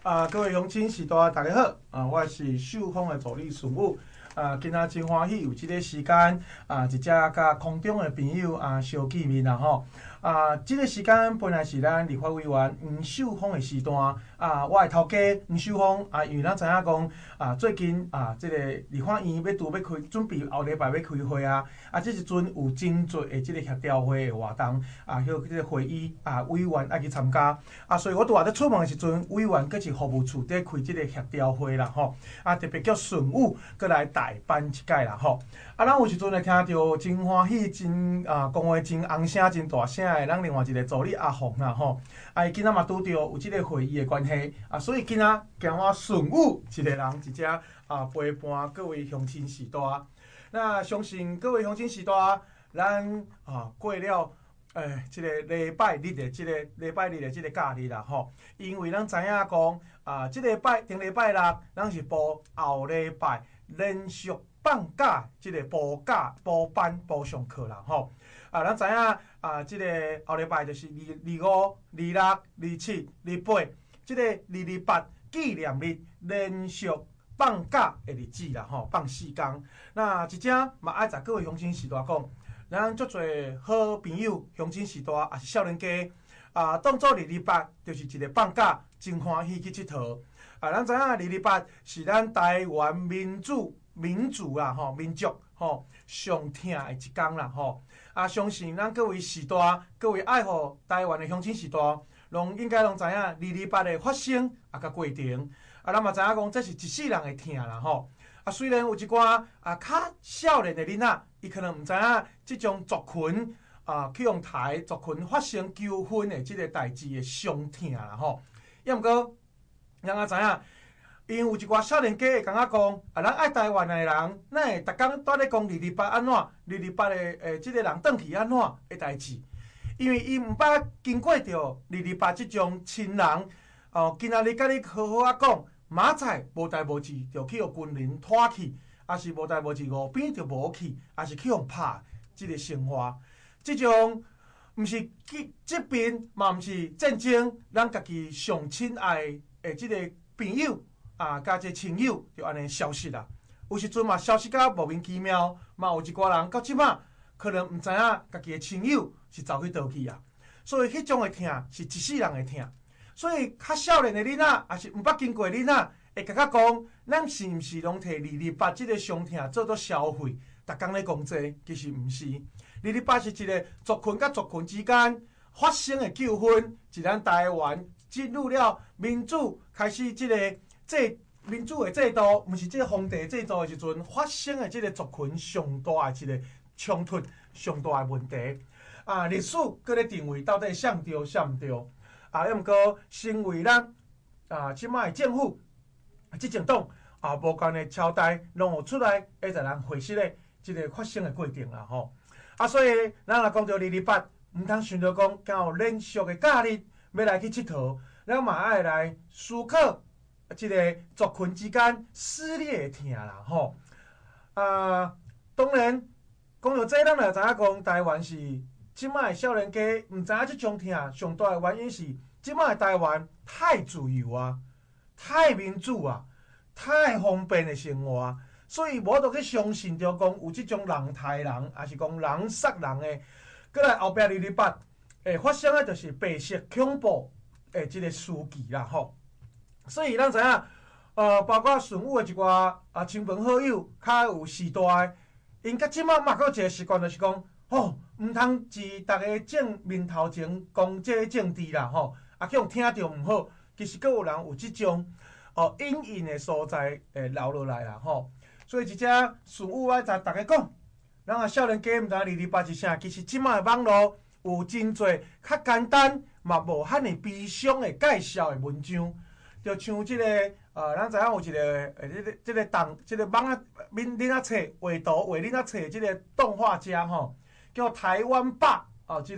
各位乡亲士大大家好，我是秀峰的助理顺武。今仔真欢喜有即个时间，一只甲空中的朋友相见面啦吼。即个时间本来是咱立法委员黄秀峰的时段，我的头家黄秀峰因为咱知影讲最近即个立法院要开，准备后礼拜要开会即时阵有真侪的即个协调会的活动迄即个会议委员爱去参加所以我拄仔咧出门的时阵，委员阁是服务处伫开即个协调会啦吼特别叫顺武阁来代办一届啦吼咱有时阵会听到真欢喜、真讲话真洪声、真大声的咱另外一个助理阿凤啦吼伊今仔嘛拄着有即个会议的关系所以今仔惊我顺武一个人一只陪伴各位乡亲士大。那相信各位乡亲士大，咱过了即个礼拜日的即个假日啦吼，因为咱知影讲即礼拜顶礼拜六，咱是报后礼拜连续放假即个补班补上课啦吼咱知影即个后礼拜就是25、26、27、28，即个28纪念日连续放假的日子啦吼，放4天。那一只嘛爱甲各位乡亲士大讲，咱足侪好朋友、乡亲士大也是少年家当做28就是一个放假，真欢喜去佚佗咱知影28是咱台湾民族啦吼，民族吼上疼的一天啦吼相信咱各位士大、各位爱护台湾的乡亲士大，应该拢知影28的发生甲过程咱嘛知影讲这是一世人的疼啦吼虽然有一寡较少年的囡仔，伊可能毋知影即种族群去用台族群发生纠纷的即个代志的伤疼啦吼抑毋过咱也知影。因有一寡少年家会感觉讲咱爱台湾的人，咱会逐工蹛咧讲28安怎，28的即个人转去安怎的代志，因为伊毋捌经过着28即种亲人今仔日甲你好好讲，明仔无代无志就去互军人拖去，是无代无志路边就无去，是去互拍即个生活，即种毋是疾病，嘛毋是战争，咱家己上亲爱的即个朋友。甲这亲友就安尼消失啦，有时阵嘛消失甲莫名其妙，嘛有一寡人到即马可能毋知影家己的亲友是走去倒去所以迄种的疼是一世人的疼。所以较少年的囡仔，也是毋捌经过的囡仔，会感觉讲，咱是毋是拢摕28即个伤疼做做消费，逐工咧讲这，其实毋是。28是一个族群甲族群之间发生的纠纷，是咱台湾进入了民主开始即个。民主的制度，毋是即个皇帝制度的时阵发生的即个族群上大的一个冲突、上大的问题历史搁咧定位到底谁对谁毋对抑毋过身为咱即摆的政府执政党无共的朝代，拢有出来会使人回忆咧即个发生的过程啦吼所以咱若讲到28，毋通想着讲敢有连续的假日要来去佚佗，咱嘛爱来思考。即个族群之间撕裂的疼啦吼当然讲到这，咱就知影讲台湾是即摆的少年家毋知影即种疼上大的原因是即摆的台湾太自由太民主太方便的生活所以无得去相信着讲有即种人杀人，还是讲人杀人的，过来后壁28会发生的就是白色恐怖的即个事件啦吼。所以咱知影包括顺武的一寡亲朋好友较有时代的，因甲即摆嘛佫有一个习惯，就是讲毋通伫逐个正面头前讲即个政治啦去互听着毋好，其实佫有人有即种阴影的所在留落来啦所以一只顺武爱甲大家讲，咱少年家毋知28是啥，其实即摆的网络有真侪较简单嘛无遐尼悲伤的介绍的文章。就像即个咱知影有一个即个网恁册画图画恁册即个动画家叫台湾霸即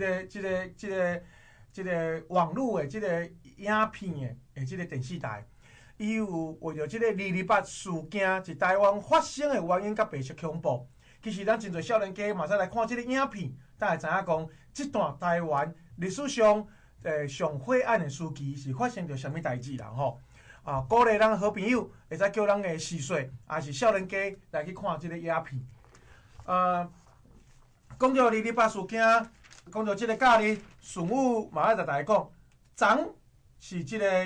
个网络的即个影片的即个电视台，伊有为着即个28事件伫台湾发生的原因甲白色恐怖。其实咱真侪少年家嘛使来看即个影片，才会知影讲即段台湾历史上上灰暗的时期是发生着啥物代志啦鼓励咱好朋友会使叫咱的四岁，也是少年家来去看即个影片。讲到二二八事件，讲到即个假日，顺武嘛爱甲大家讲，昨是即个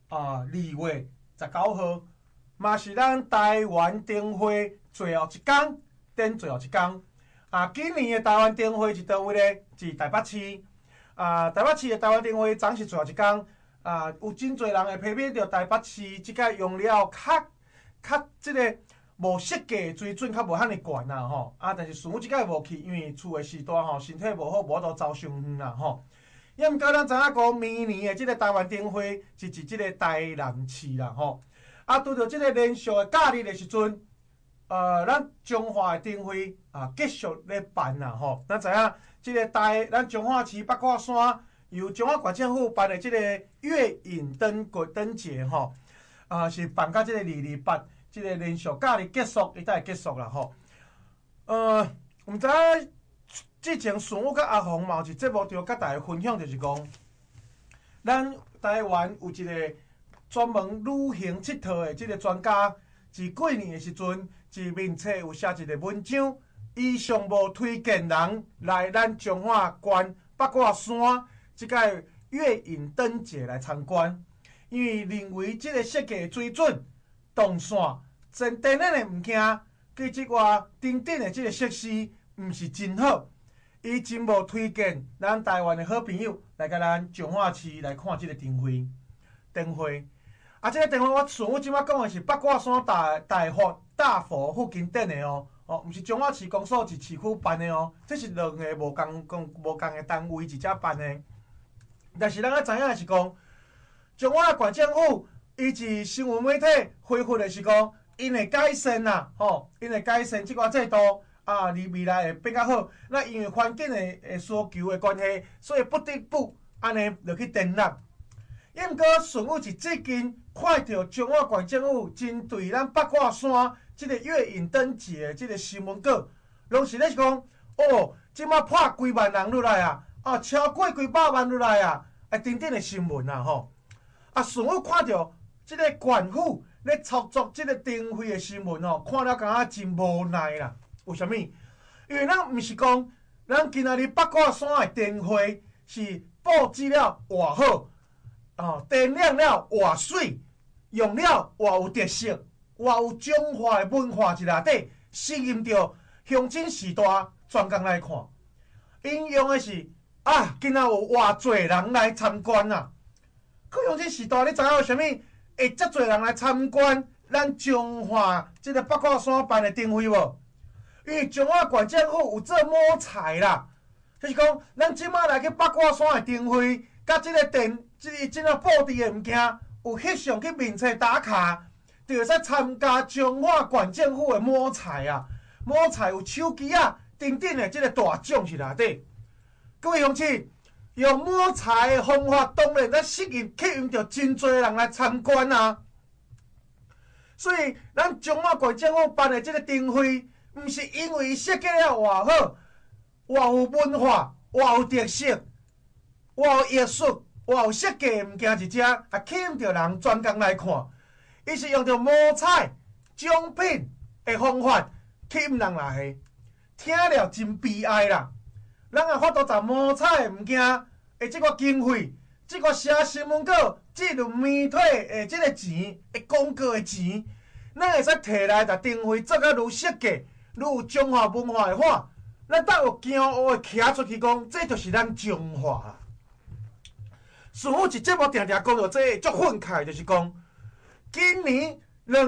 2月19号，嘛是咱台湾灯会最后一天，等最后一天。今年的台湾灯会是倒位咧？是台北市。台北市的台湾灯会昨是最后一天。有真侪人会批评着台北市即个用了较即个无设计水准较无遐尼悬啦吼。但是顺武即个无去，因为厝的事大吼，身体无好，无法度走伤远啦吼。也毋过咱知影讲，明年的即个台湾灯会是伫即个台南市啦吼。拄着即个连续的假日的时阵，咱中华的灯会继续咧办啦吼。咱知影即个咱中华市八卦山由中华县政府办的即个月影灯节吼，是办到即个228，即个连续假日结束，伊才会结束啦吼。毋知影之前顺武甲阿宏嘛有一节目着甲大家分享，就是讲，咱台湾有一个专门旅行佚佗的即个专家，伫过年的时阵，伫面册有写一个文章，伊上无推荐人来咱中华县八卦山即个月影灯节来参观，因为认为即个设计水准、动线、真电影的物件，佮即外等等的即个设施，毋是真好。伊真无推荐咱台湾的好朋友来甲咱中华市来看即个灯会。即个灯会我顺武即摆讲的是八卦山大佛附近顶的哦，毋是中华市公所一市区办的哦，这是两个无共的单位一只办的。但是咱知影的是讲，中华县政府伊伫新闻媒体回复的是讲，因会改善啦，因会改善即个制度。未来会变较好。那因为环境的需求的关系，所以不得不安尼落去订立。毋过顺武是最近看到中华县政府针对咱八卦山即个月影灯节的即个新闻稿，拢是咧讲，即摆破几万人落来啊，超过几百万落来啊，等等的新闻啊吼。顺武看到即个县府咧操作即个灯会的新闻看了感觉真无奈啦。为什么？因为咱毋是讲，咱今仔日八卦山的灯会是布置了偌好，灯亮了偌水，用了偌有特色，偌有中华的文化伫内底，吸引着乡亲时代专工来看。因用的是今仔有偌济人来参观啊！可乡亲时代，你知影为什么会遮济人来参观咱中华即个八卦山办的灯会无？因为中华县政府有做摸彩啦，就是讲，咱即摆来去八卦山的灯会，甲即个即个布置的物件，有翕相去面册打卡，就会使参加中华县政府的摸彩啊！摸彩有手机啊，等等的即个大奖是内底。各位乡亲，用摸彩的方法，当然咱吸引着真侪人来参观啊！所以，咱中华县政府办的即个灯会，毋是因为伊设计了偌好，偌有文化，偌有特色，偌有艺术，偌有设计的物件一只，吸引着人专工来看。伊是用着摸彩奖品的方法吸引人来，听了真悲哀啦！咱也法度在摸彩的物件的即个经费，即个写新闻稿、即个媒体的即个钱、广告的钱，咱会使摕来甲灯会做甲愈设计。愈有中华文化的话，咱才有骄傲的徛出去讲，这就是咱中华啦。顺武一节目常常讲到这足愤慨，就是讲，今年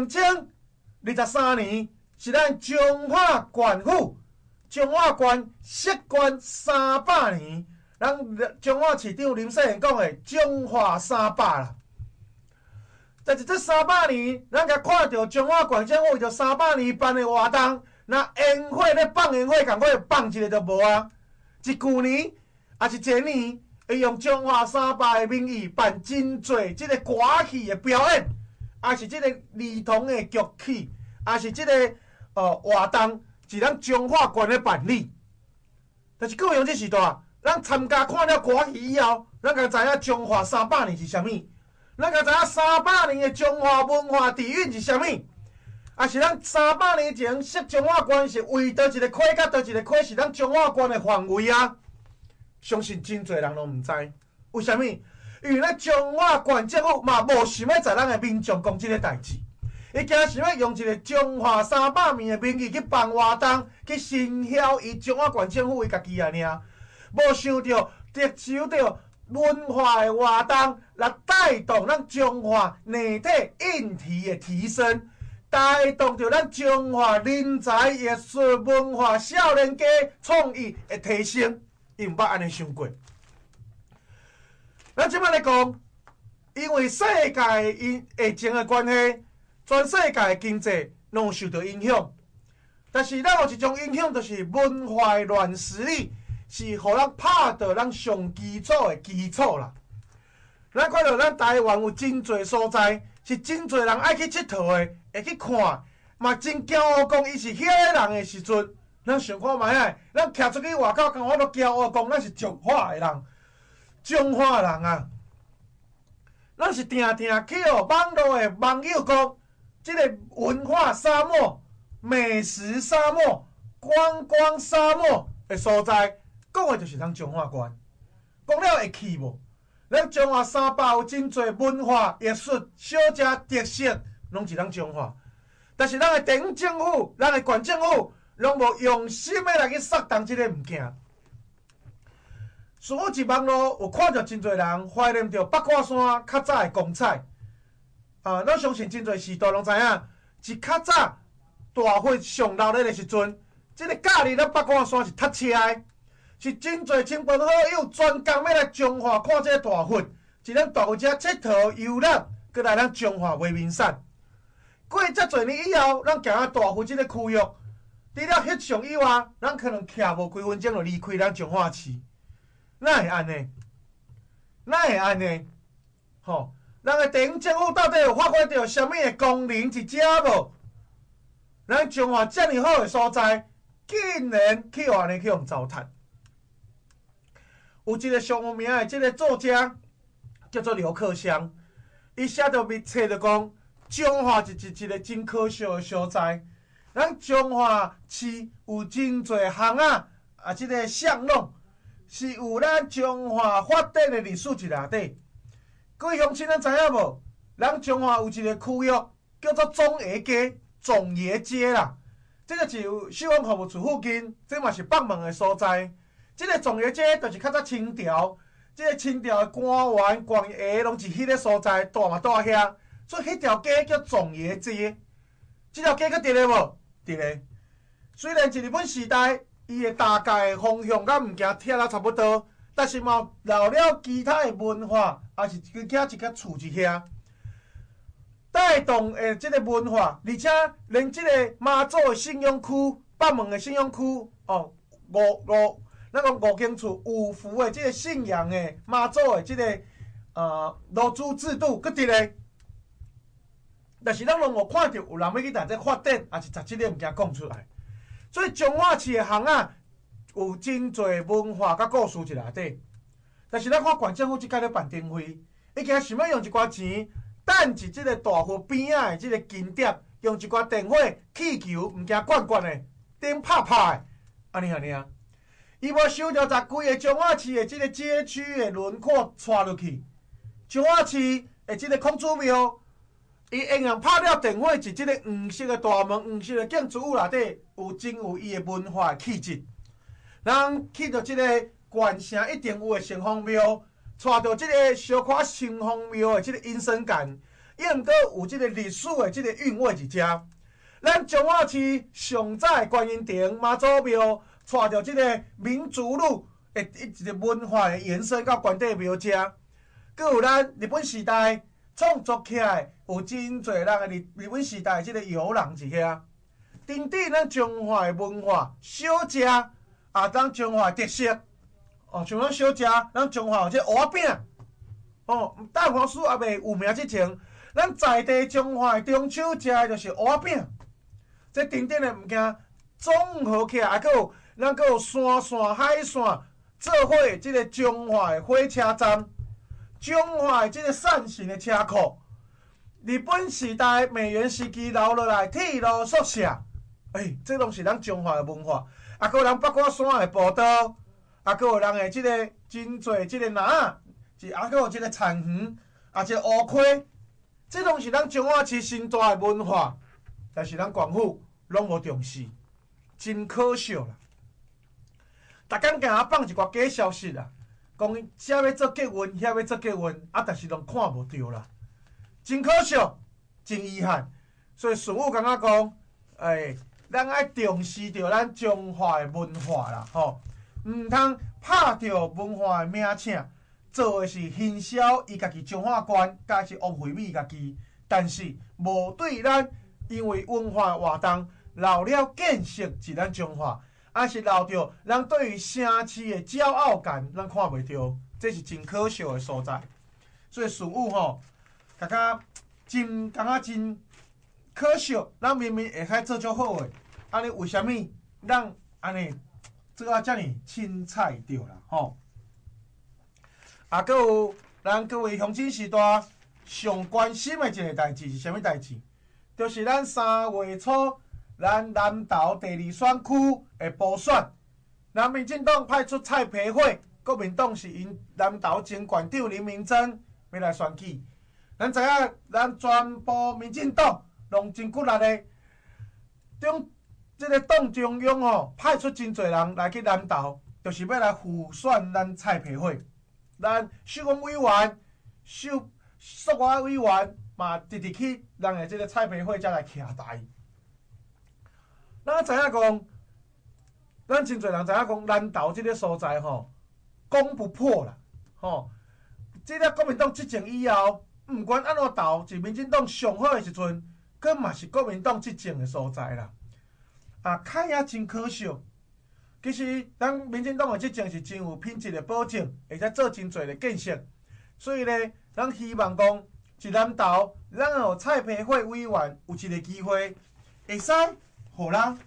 2023年是咱中华县府、中华县设县300年，咱中华市长林世贤讲的中华300啦。但是这300年，咱甲看到中华县政府为着300年办的活动。那烟火咧放烟火，共款放一个都无啊！是旧年，也是前年，会用中华300的名义办真侪即个歌戏的表演，也是即个儿童的剧曲，也是即个活动，是咱中华县咧办理。但是各位乡亲时代，咱参加看了歌戏以后，咱才知影中华300年是啥物？咱才知影300 年的中华文化底蕴是啥物？啊，是咱300年前设中华关是为倒一个溪，甲倒一个溪是咱中华关的范围啊？相信真侪人拢毋知，为虾米？因为咱中华关政府嘛无想要在咱的民众讲即个代志，伊惊想要用一个中华300年的名义去办活动，去行销伊中华关政府伊家己啊尔，无想到接收到文化的活动来带动咱中华内体印体的提升，带动着咱中华人才、艺术、文化、少年家创意的提升，伊毋捌安尼想过。咱即摆来讲，因为世界疫情的关系，全世界的经济拢有受到影响。但是咱有一种影响，就是文化的软实力，是互咱拍到咱上基础的基础啦。咱看到咱台湾有真侪所在，是真侪人爱去佚佗的，会去看，嘛真骄傲讲伊是遐个人的时阵，咱想看卖啊，咱徛出去外口，讲我都骄傲讲咱是中华的人。中华人啊，咱是定定去网络的网友讲，即个文化沙漠、美食沙漠、观光沙漠的所在，讲的就是咱中华关。讲了会去无？咱中华300有真侪文化、艺术、小吃特色，拢是咱中华。但是咱的地方政府、咱的县政府，拢无用心的来去扫动即个物件。所以一网络有看到真侪人怀念着八卦山较早的光彩。咱相信真侪时代拢知影，是较早大火上闹热的时阵，即个假日咱八卦山是塞车的，是真侪亲朋好友专工要来中华看即个大火，是咱大伙遮佚佗游览，搁来咱中华外面散。过遮侪年以后，咱行到大火即个区域，除了翕相以外，咱可能徛无几分钟就离开咱中华市。哪会安尼？哪会安尼？吼，咱的地方政府到底有发挥到什么的功能一遮无？咱中华遮尔好的所在，竟然去安尼去用糟蹋。有一个上有名的这个作家叫做刘克襄，伊写到册就讲，中华是一个真可惜的所在。咱中华市有真侪巷这个巷弄。是有咱中华发展的历史伫内底。各位乡亲，咱知影无？咱中华有一个区域叫做总爷街啦。这个是有秀安服务处附近，这嘛是北门的所在。这个总爷街就是较早清朝，这个清朝的官员、官爷拢是迄个所在，住嘛住遐，所以迄条街叫总爷街。这条街佫伫咧无？伫咧。虽然是日本时代。伊的大概的方向甲物件拆啊差不多，但是嘛留了其他的文化，也是一家厝一遐，带动的即个文化，而且连即个妈祖的信仰区、北门的信仰区，咱讲五经厝五福的即个信仰的妈祖的即个入主制度，搁伫咧。但是咱拢无看到有人要去内底发展，也是把即个物件讲出来。所以中华市的巷有真侪文化甲故事伫内底，但是咱看县政府即摆咧办灯会，伊竟想要用一寡钱，等伫即个大河边仔的即个景点，用一寡电火、气球、物件罐的，顶拍的，安尼啊。伊无想着在规个中华市的即个街区的轮廓带落去，中华市的即个孔子庙。伊用样拍了电火，是即个黄色的大门、黄色的建筑物内底，真有伊的文化的气质。咱去到即个县城，一定有的城隍庙，带到即个小可城隍庙的即个阴森感，伊毋过有即个历史的即个韵味伫遮。咱中华市上早的观音亭、妈祖庙，带到即个民族路的一个文化的延伸到关帝庙遮，佮有咱日本时代。创作起来有真侪人的日本时代即个游人伫遐，等等咱中华的文化小食咱中华的特色像咱小食，咱中华有即蚵仔饼大华师也未有名之前，咱在地中华的中秋食的就是蚵仔饼，这等等的物件综合起来，还有咱有山线、海线做伙即个中华的火车站。中华的即个扇形的车库， 日本时代美元时期留落来铁路宿舍，这拢是咱中华的文化。啊，还有人八卦山的步道，啊，还有人的即个真侪即个哪，还有即个田园，啊，即个乌溪，这拢是咱中华市新大的文化，但是咱官府拢无重视，真可惜啦。逐工甲放一寡假消息啦，讲遮要做结婚，遐要做结婚，但是拢看无到啦。真可惜，真遗憾，所以顺武感觉讲，咱爱重视着咱中华的文化啦，吼，毋通拍着文化的名请，做的是行销伊家己中华观，甲是枉费伊家己，但是无对咱因为文化活动留了建设是咱中华，还是留着咱对于城市的骄傲感，咱看袂到，这是真可惜的所在。所以顺武吼。感觉真可惜，咱明明会晓做足好诶，安尼为虾米咱安尼做啊遮尔凊彩着啦吼？啊，阁有咱各位乡亲时代上关心诶一个代志是啥物代志？就是咱3月初咱南投第2选区诶补选，咱民进党派出蔡培慧，国民党是因南投前县长林明珍要来选举。咱知影，咱全部民进党拢真骨力的，这个党中央吼派出真侪人来去南投，就是要来辅选咱蔡培慧。咱秀光委员、苏华委员嘛，直去咱的这个蔡培慧才来徛台。咱知影讲，咱真侪人知影讲，南投这个所在吼，攻不破啦，吼。这个国民党执政以后。毋管安怎斗，是民进党上好的时阵，佫嘛是国民党执政的所在啦。开也真可惜。其实咱民进党的执政是真有品质的保证，会使做真侪的建设。所以呢，咱希望讲，一南投，咱有蔡培慧委员有一个机会，会使互人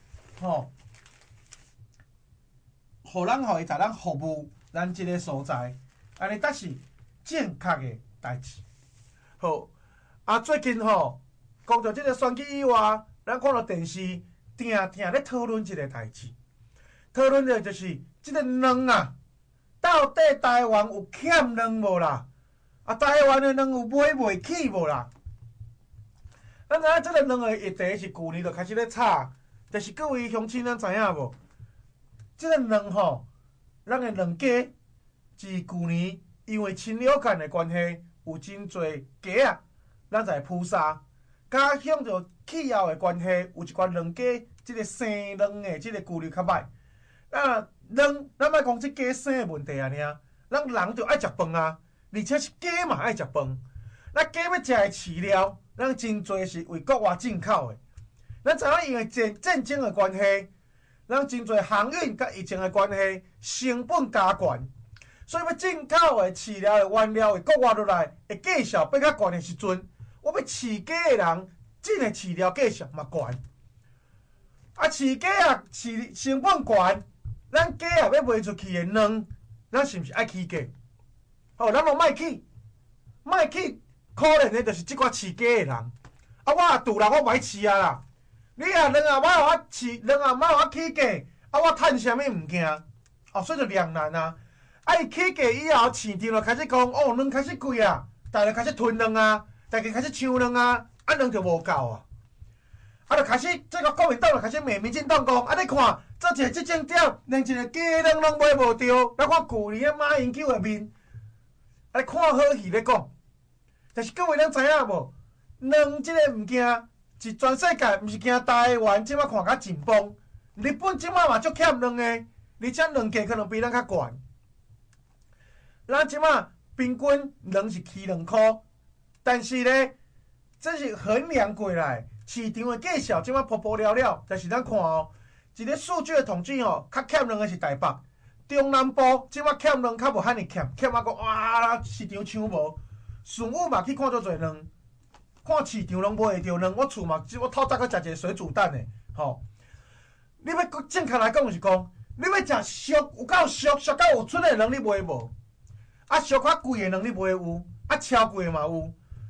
互伊甲咱服务咱即个所在，安尼才是正确的代志。好，最近讲到这个选举以外，咱看到电视定咧讨论一个代志，讨论的就是这个卵啊，到底台湾有欠卵无啦？台湾的卵有买袂起无啦？咱知影这个卵的议题是去年就开始咧吵，但是各位乡亲，咱知影无？这个卵咱的卵价自去年因为禽流感的关系。有真侪鸡啊，咱就会扑杀。加上着气候的关系，有一寡卵鸡，即个生卵的即个几率较歹。咱莫讲即鸡生的问题啊，咱人就爱食饭啊，而且是鸡嘛爱食饭。咱鸡要食的饲料，咱真侪是为国外进口的。咱知影因为战争的关系，咱真侪航运甲疫情的关系，成本加悬。所以要进口的饲料的原料的国外落来的价数变较悬的时阵，我要饲鸡的人进的饲料价数嘛悬。饲鸡啊，成本悬，咱鸡啊要卖出去的卵，咱是毋是爱起价？咱拢卖起，可怜的就是即寡饲鸡的人。我也拄啦，我歹饲啊啦。你卵啊莫互我饲，卵啊莫互我起价，我趁啥物物件？所以就两难啊。伊起价以后，市场就开始讲，卵开始贵啊，大家开始囤卵啊，大家开始抢卵啊，卵就无够啊。就开始这个国民党就开始骂民进党讲，你看，做一个执政者，连一个鸡卵拢买无着，咱看去年马英九的面，看好戏咧讲。但是各位，咱知影无？卵这个物件是全世界，毋是惊台湾，即摆看较紧绷。日本即摆嘛足欠卵的，而且卵价可能比咱较悬。咱即马平均卵是起2块，但是呢，这是衡量过来市场的价数，即马破破了了。但是咱看一个数据的统计较欠卵的是台北、中南部，即马欠卵较无遐尼欠讲哇市场抢无。顺武嘛去看足侪卵，看市场拢买会着卵。我厝嘛，我透早去食一个水煮蛋的，你要正确来讲就是讲，你要食俗有够俗，俗到有出的卵你买无？俗较贵的卵你买有，超贵的嘛有。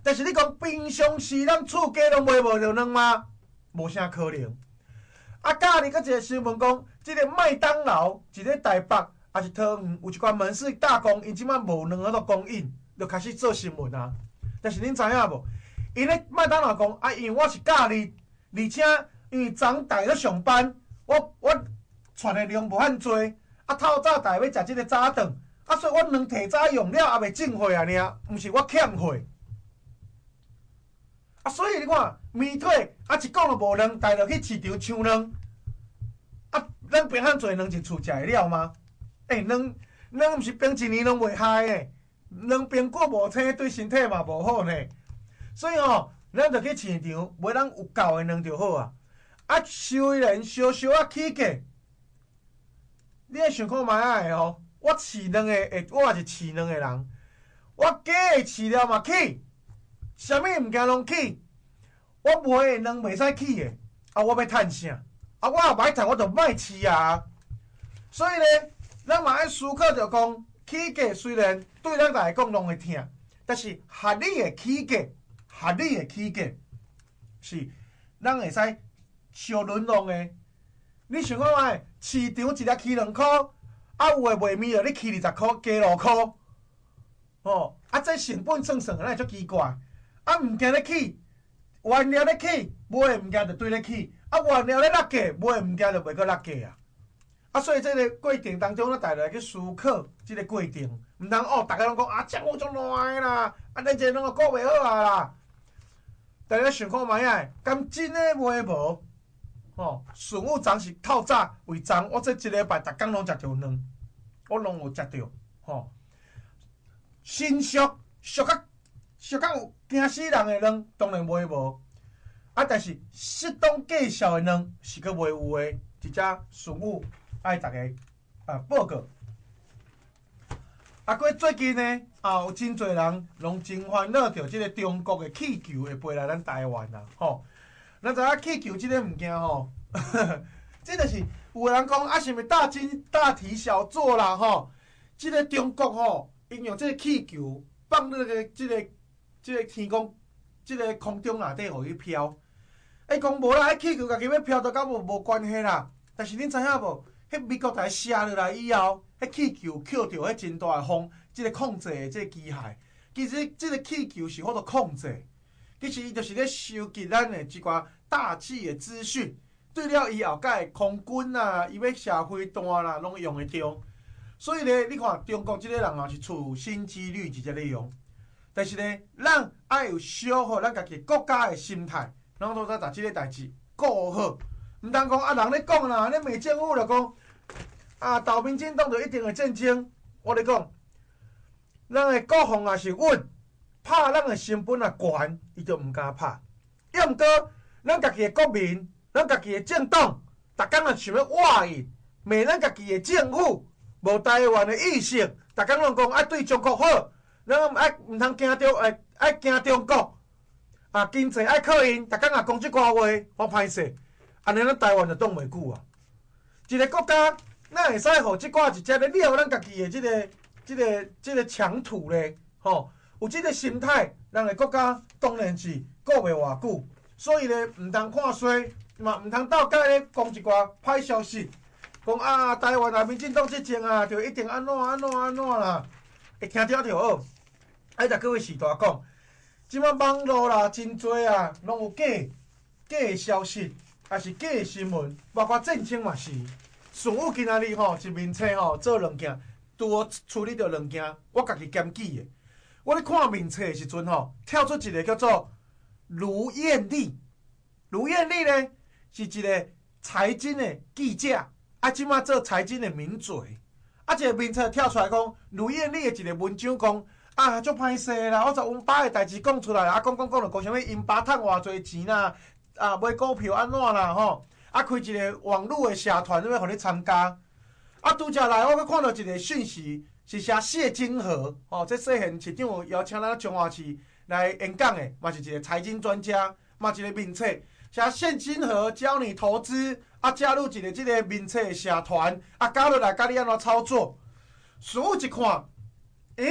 但是你讲平常时咱厝家拢卖无着卵吗？无啥可能。啊，隔日佫一个新闻讲，即个麦当劳一个台北也是桃园有一寡门市大供，因即摆无卵个都供应，就开始做新闻啊。但是恁知影无？因咧麦当劳讲啊，因为我是假日，而且因为昨逐咧上班，我传的量无遐济，啊透早逐要食即个早顿，啊所以我卵提早用了，也未进货啊尔，毋是我欠货。啊，所以你看，面体啊一讲就无卵，带落去市场抢卵。啊，咱平遐济卵一厝食会了吗？卵毋是冰一年拢袂害诶，卵冰过无清对身体嘛无好呢。所以咱着去市场买咱有够诶卵就好啊。啊，虽然小小啊起价，你爱想看卖啊的我饲卵诶，我也是饲卵诶人，我假诶饲了嘛起。啥物物件拢起，我卖诶卵袂使起诶，啊，我要趁啥？啊，我也歹趁，我就卖饲啊。所以咧，咱嘛爱思考着讲，起价虽然对咱来讲拢会疼，但是合理诶起价，合理诶起价是咱会使小轮动诶。你想看卖，市场一粒起2箍，啊有诶卖面了，你起20箍，加5箍，啊这成本算算，咱会足奇怪。啊，物件咧起，原料咧起，买诶物件就对咧起。啊，原料咧落价，买诶物件就袂阁落价啊。啊，所以这个过程当中，咱大家去思考这个过程，毋通大家拢讲啊，政府足烂诶啦，啊，咱这拢个顾袂好啊啦。大家想看卖啊，敢真诶卖无？顺武昨是透早为昨，我这一礼拜逐工拢食着卵，我拢有食着，新俗到有惊死人诶卵，当然卖无。啊，但是适当价销诶卵是阁卖有诶，即只顺武爱大家报告。啊，过最近呢，有真侪人拢真烦恼着即个中国诶气球会飞来咱台湾啦，咱知影气球即个物件这就是有人讲啊，是毋是大题小做啦即个中国因用即个气球放那个即个天空，即个空中内底，互伊飘。讲无啦，气球家己要飘到甲无关系啦。但是恁知影无？迄美国台射落来以后，迄气球捡着迄真大诶风，即个控制诶即个机械，其实即个气球是好多控制。其实伊就是咧收集咱诶一寡大气诶资讯，对了以后，甲空军啊，伊要射飞弹啦，拢用会着。所以咧，你看中国即个人是处心积虑直接咧用。但是咧，咱爱有小好咱家己国家诶心态，咱都把即个代志顾好。毋通讲啊，人咧讲啦，咧美政府就讲啊，投民进党就一定会战争。我咧讲，咱诶国防也是稳，拍咱诶成本也悬，伊就毋敢拍。要毋过，咱家己诶国民，咱家己诶政党，逐工也想要活伊，骂咱家己诶政府无台湾诶意识，逐工拢讲爱对中国好。咱毋通惊着爱惊中国啊！经济爱靠因，逐工也讲即寡话，好歹势。安尼咱台湾就挡袂久啊！一个国家，咱会使互即寡一只咧了咱家己的即个强土咧，有即个心态，咱的国家当然是顾袂偌久。所以咧，毋通看衰，嘛毋通斗甲咧讲一寡歹消息，讲啊台湾啊民进党即阵啊，就一定安怎啦，会听着就好。爱甲各位时代讲，即摆网络啦真多啊，拢有假的消息，也是假的新闻，包括战争嘛是。顺武今仔日一面册做2件，拄好处理着2件，我家己检举的。我咧看面册的时阵跳出一个叫做卢艳丽。卢艳丽呢是一个财经的记者，即摆做财经的名嘴。一个面册跳出来讲，卢艳丽的一个文章讲。足歹势啦！我阮爸的代志讲出来啦，讲就讲啥物因爸趁偌济钱啦，买股票安怎啦开一个网络的社团要互你参加。拄则来我阁看到一个讯息，是写谢金河这细汉市长有邀请咱彰化市来演讲的，嘛是一个财经专家，嘛一个面册写谢金河教你投资，加入一个即个面册的社团，加入来教你安怎操作。所以一看，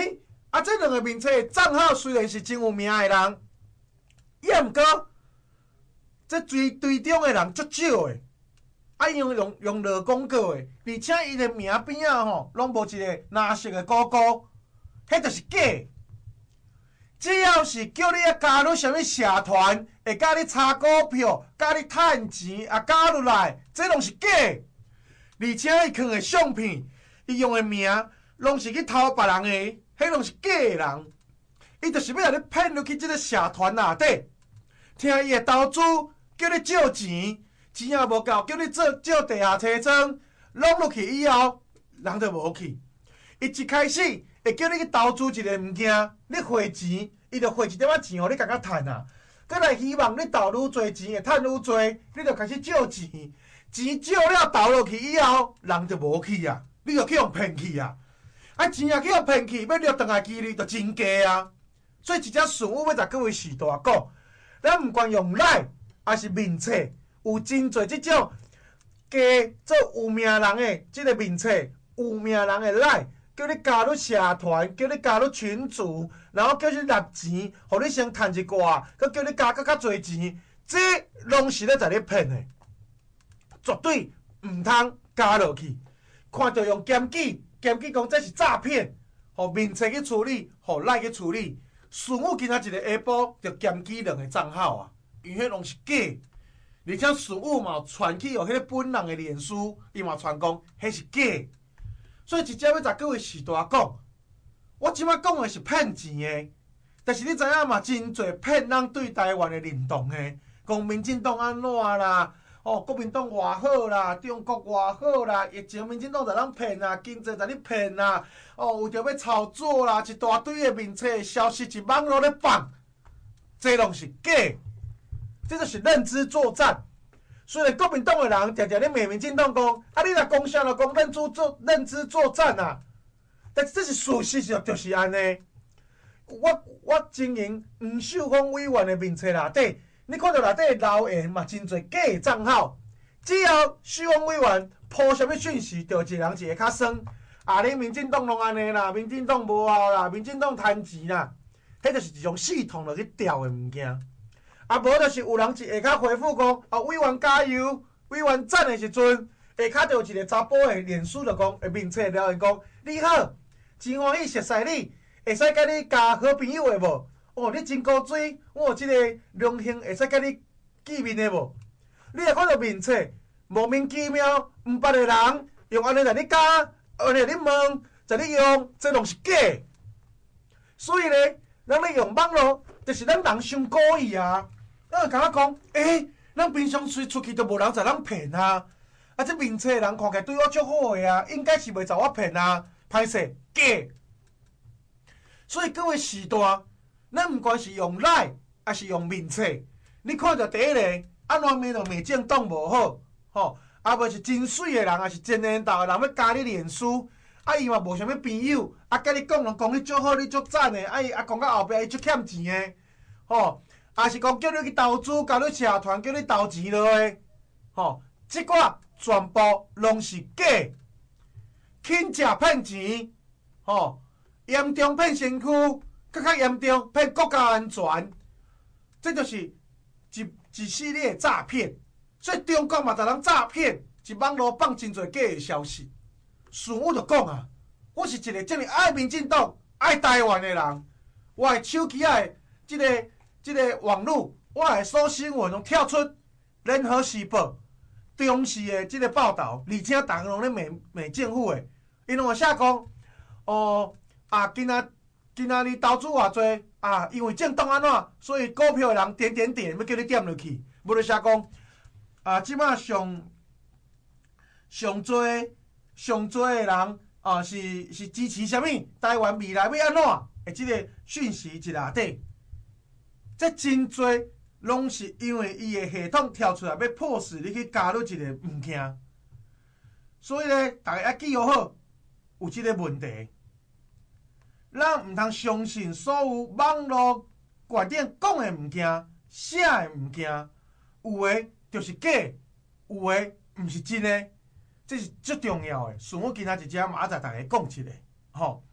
啊，这两个名册账号虽然是真有名的人，也毋过这追踪的人足少的，啊，用落广告的，而且伊的名边仔吼，拢无一个蓝色的勾勾，迄就是假。只要是叫你加入啥物社团，会甲你炒股票，甲你趁钱，加入来，这拢是假。而且伊放的相片，伊用的名，拢是去偷别人的，迄拢是假的人。伊就是要互你骗入去即个社团内底，听伊的投资，叫你借钱，钱也无够，叫你借地下车庄，拢落去以后，人就无去。伊一开始会叫你去投资一个物件，你汇钱，伊就汇一点仔钱互你，共较趁啊。搁来希望你投愈侪钱，会趁愈侪，你就开始借钱，钱借了投落去以后，人就无去啊，你就去互骗去啊。啊，钱也去互骗去，要掠倒来几率就真低啊。所以一只顺务要甲各位士大讲，咱毋管用赖还是面册，有真侪即种加做有名人的即个面册，有名人的赖，叫你加入社团，叫你加入群组，然后叫你纳钱，互你先趁一寡，佮叫你加较侪钱，这拢是咧在咧骗的，绝对毋通加落去。看到用检举讲这是诈骗，互面册去处理，互赖去处理。顺务今仔一个下晡就检举两个账号啊，因迄拢是假，而且顺务嘛传去互迄个本人的脸书，伊嘛传讲迄是假，所以直接要甲各位士大讲，我即摆讲的是骗钱的，但是你知影嘛，真侪骗人对台湾的认同的，讲民进党安怎啦，国民党偌好啦，中国偌好啦，疫情民进党在咱骗啦，经济在你骗啦，为着要炒作啦，一大堆的面册消息一网络咧放，这拢是假，这就是认知作战。虽然国民党的人常常咧骂民进党讲，你若讲啥就讲认知作战啊，但是这是事实就是安尼。我经营黄秀芳委员的面册内底。你看到内底留言嘛，真侪假的账号。只要秀芳委员抛啥物讯息，就一个人就会较酸。恁民进党拢安尼啦，民进党无效啦，民进党贪钱啦，迄就是一种系统落去调的物件。无就是有人一下骹回复讲，委员加油，委员赞的时阵，下骹就有一个查甫的脸书就讲，面册留言讲，你好，真欢喜熟悉你，会使甲你交好朋友的无？你真古锥，我有即个荣幸会使甲你见面的无？你若看到面册莫名其妙，毋捌的人用安尼来你教，安尼来你问，在你用，这拢是假。所以咧，咱咧用网络，就是咱人伤故意啊。咱就感觉讲，咱平常出去都无人在咱骗啊。这面册的人看起来对我足好的啊，应该是袂遭我骗啊。歹势假。所以各位士大。咱毋管是用赖还是用面册，你看到第一个安怎骂到民进党无好，无是真水的人，还是真领导的人要加你脸书，伊嘛无啥物朋友，甲你讲你足好，你足赞的，伊讲到后壁伊足欠钱的，也是讲叫你去投资，加你社团，叫你投钱落的，即寡全部拢是假，轻食骗钱，严重骗身躯。更较严重，骗国家安全，这就是一系列的诈骗。所以中国嘛，在人诈骗，一网络放真侪假的消息。顺务就讲啊，我是一个这么爱民进党、爱台湾的人，我的手机的这个网络，我的搜新闻拢跳出联合时报、中视的这个报道，而且逐个拢咧骂政府的，因拢会写讲，今仔日投资偌济因为政党安怎，所以股票的人点要叫你点落去，无就写讲即摆上多的人是支持啥物？台湾未来要安怎的即个讯息一内底，这真多拢是因为伊的系统跳出来要迫使你去加入一个物件，所以咧，大家要记好有即个问题。咱毋通相信所有网络观点讲的物件、写的物件，有的就是假，有的毋是真的，这是最重要的。顺我今仔日只嘛，再大家讲一下，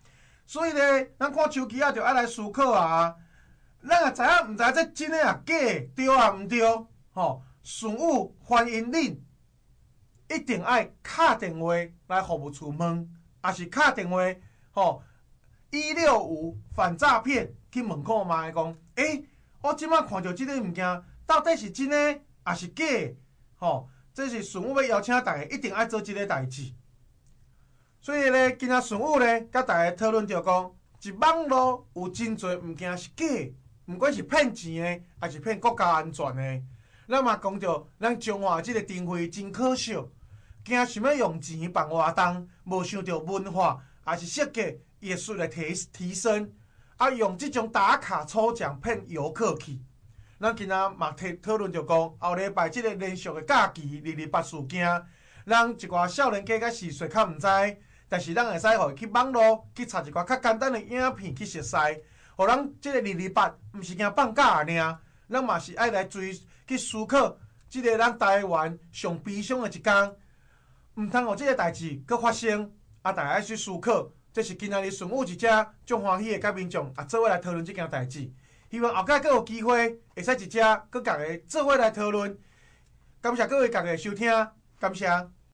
所以咧，咱看手机啊，就爱来思考啊。咱也知影，毋知这真诶啊假的，对啊毋对？吼，顺宇欢迎恁，一定爱敲电话来服务处问，也是敲电话吼165反诈骗去问看卖讲，我即摆看到即个物件，到底是真诶还是假的？吼，这是顺宇要邀请大家一定爱做即个代志。所以咧，今仔顺宇咧，甲大家讨论着讲，一网络有真侪物件是假的，毋管是骗钱的，还是骗国家安全的。咱嘛讲着，咱中华即个灯会真可笑，惊想要用钱办活动，无想着文化还是设计艺术来提升，用即种打卡抽奖骗游客去。咱今仔嘛讨论着讲，后礼拜即个连续的假期228事件，咱一寡少年家甲时岁较毋知。但是咱会使互伊去网络去查一寡较简单的影片去熟悉，互咱即个228毋是惊放假尔，咱嘛是爱来去思考，即个咱台湾上悲伤的一天，毋通互即个代志搁发生，大家爱去思考。这是今仔日顺宇一只足欢喜的甲民众做伙来讨论即件代志。希望后摆搁有机会会使一只搁共个做伙来讨论。感谢各位共个收听，感谢。